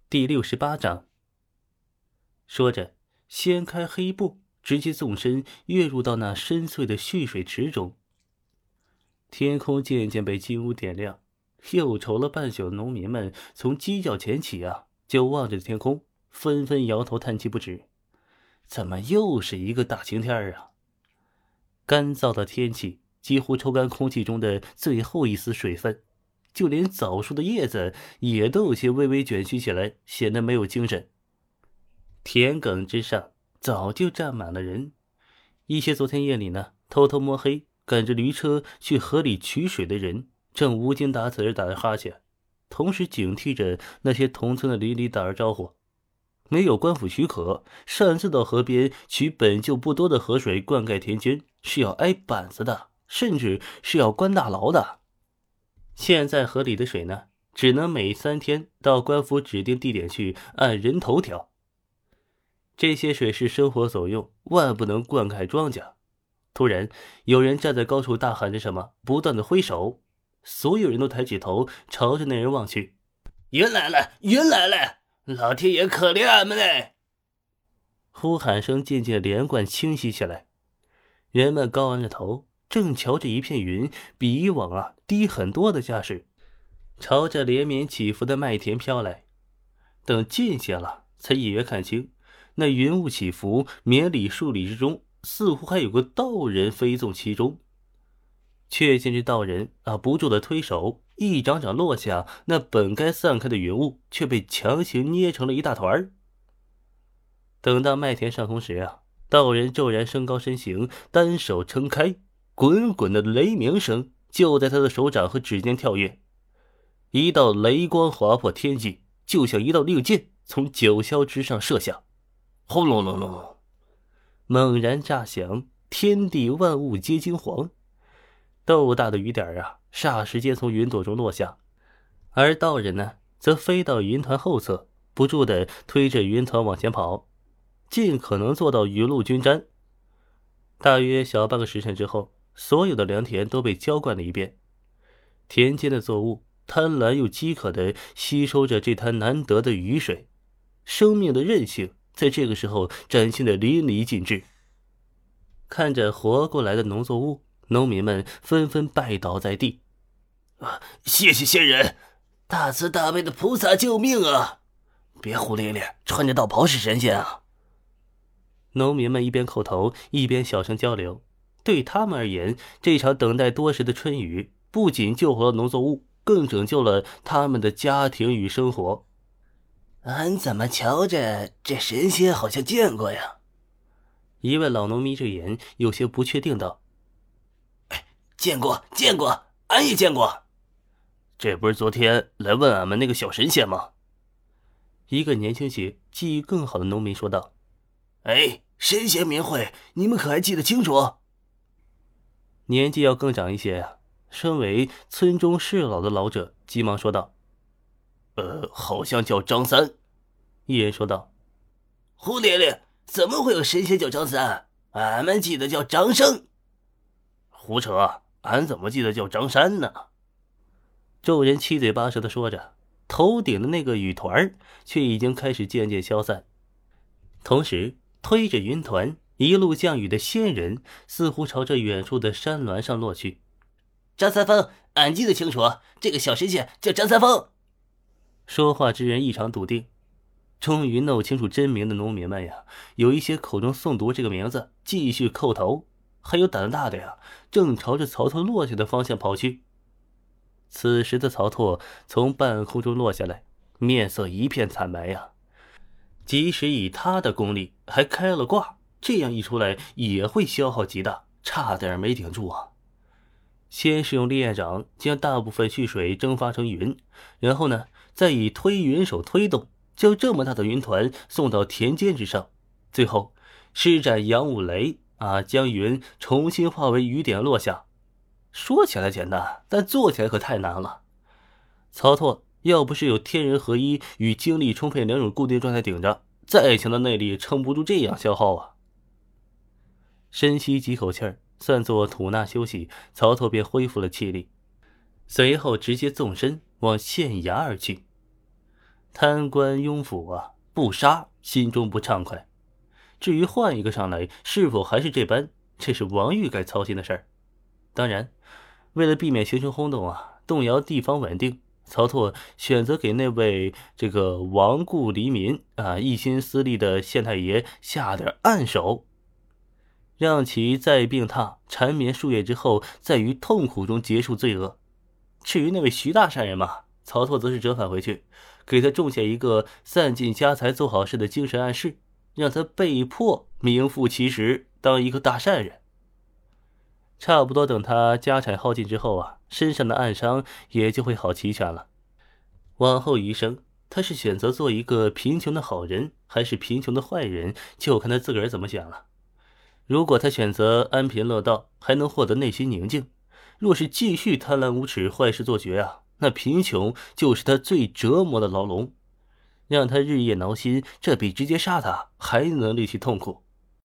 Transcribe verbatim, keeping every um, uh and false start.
第六十八章。说着，掀开黑布，直接纵身跃入到那深邃的蓄水池中。天空渐渐被金乌点亮，又愁了半宿的农民们从鸡叫前起啊，就望着天空，纷纷摇头叹气不止。怎么又是一个大晴天啊！干燥的天气几乎抽干空气中的最后一丝水分，就连枣树的叶子也都有些微微卷曲起来，显得没有精神。田埂之上早就站满了人，一些昨天夜里呢偷偷摸黑赶着驴车去河里取水的人，正无精打采地打着哈欠，同时警惕着那些同村的邻里打着招呼。没有官府许可，擅自到河边取本就不多的河水灌溉田间，是要挨板子的，甚至是要关大牢的。现在河里的水呢，只能每三天到官府指定地点去按人头挑。这些水是生活所用，万不能灌溉庄稼。突然，有人站在高处大喊着什么，不断的挥手，所有人都抬起头朝着那人望去。 云来了，云来了！老天爷可怜俺们嘞！ 呼喊声渐渐连贯清晰起来，人们高昂着头，正瞧着一片云比以往啊低很多的架势，朝着连绵起伏的麦田飘来。等近些了，才隐约看清，那云雾起伏，绵里数里之中，似乎还有个道人飞纵其中。却见这道人啊不住的推手，一掌掌落下，那本该散开的云雾却被强行捏成了一大团。等到麦田上空时啊，道人骤然升高身形，单手撑开，滚滚的雷鸣声就在他的手掌和指尖跳跃，一道雷光划破天际，就像一道利箭从九霄之上射下，轰隆隆隆隆，猛然炸响，天地万物皆惊惶。豆大的雨点啊，霎时间从云朵中落下，而道人呢，则飞到云团后侧，不住地推着云团往前跑，尽可能做到雨露均沾。大约小半个时辰之后，所有的良田都被浇灌了一遍，田间的作物贪婪又饥渴地吸收着这滩难得的雨水，生命的韧性在这个时候展现得淋漓尽致。看着活过来的农作物，农民们纷纷拜倒在地。 啊，谢谢仙人，大慈大悲的菩萨救命啊！别胡咧咧，穿着道袍是神仙啊！ 农民们一边叩头，一边小声交流。对他们而言，这场等待多时的春雨，不仅救活了农作物，更拯救了他们的家庭与生活。 俺怎么瞧着这神仙好像见过呀？ 一位老农眯着眼，有些不确定道： 见过，见过，俺也见过。 这不是昨天来问俺们那个小神仙吗？一个年轻些、记忆更好的农民说道。 哎，神仙名讳，你们可还记得清楚？ 年纪要更长一些啊，身为村中世老的老者急忙说道。呃，好像叫张三。一人说道。 胡咧咧，怎么会有神仙叫张三？俺们记得叫张生。 胡扯，俺怎么记得叫张山呢？众人七嘴八舌地说着，头顶的那个雨团却已经开始渐渐消散。同时，推着云团一路降雨的仙人似乎朝着远处的山峦上落去。 张三丰，俺记得清楚，这个小神仙叫张三丰。 说话之人异常笃定。终于弄清楚真名的农民们呀，有一些口中诵读这个名字，继续叩头。还有胆子大的呀，正朝着曹拓落下的方向跑去。此时的曹拓从半空中落下来，面色一片惨白呀。即使以他的功力，还开了挂，这样一出来也会消耗极大，差点没顶住啊。先是用烈焰掌将大部分蓄水蒸发成云，然后呢，再以推云手推动，将这么大的云团送到田间之上，最后施展杨武雷啊，将云重新化为雨点落下。说起来简单，但做起来可太难了。曹拓要不是有天人合一与精力充沛两种固定状态顶着，再强的内力撑不住这样消耗啊。深吸几口气儿，算作吐纳休息，曹拓便恢复了气力，随后直接纵身往县衙而去。 贪官庸府啊，不杀心中不畅快。至于换一个上来是否还是这般，这是王玉该操心的事儿。当然，为了避免形成轰动啊，动摇地方稳定，曹错选择给那位这个亡故黎民啊、一心私利的县太爷下点暗手，让其在病榻缠绵数月之后，在于痛苦中结束罪恶。至于那位徐大善人嘛，曹错则是折返回去，给他种下一个散尽家财做好事的精神暗示，让他被迫名副其实当一个大善人。差不多等他家产耗尽之后啊，身上的暗伤也就会好齐全了。往后余生，他是选择做一个贫穷的好人，还是贫穷的坏人，就看他自个儿怎么选了。如果他选择安贫乐道，还能获得内心宁静；若是继续贪婪无耻、坏事做绝啊，那贫穷就是他最折磨的牢笼，让他日夜挠心，这比直接杀他还能令其痛苦。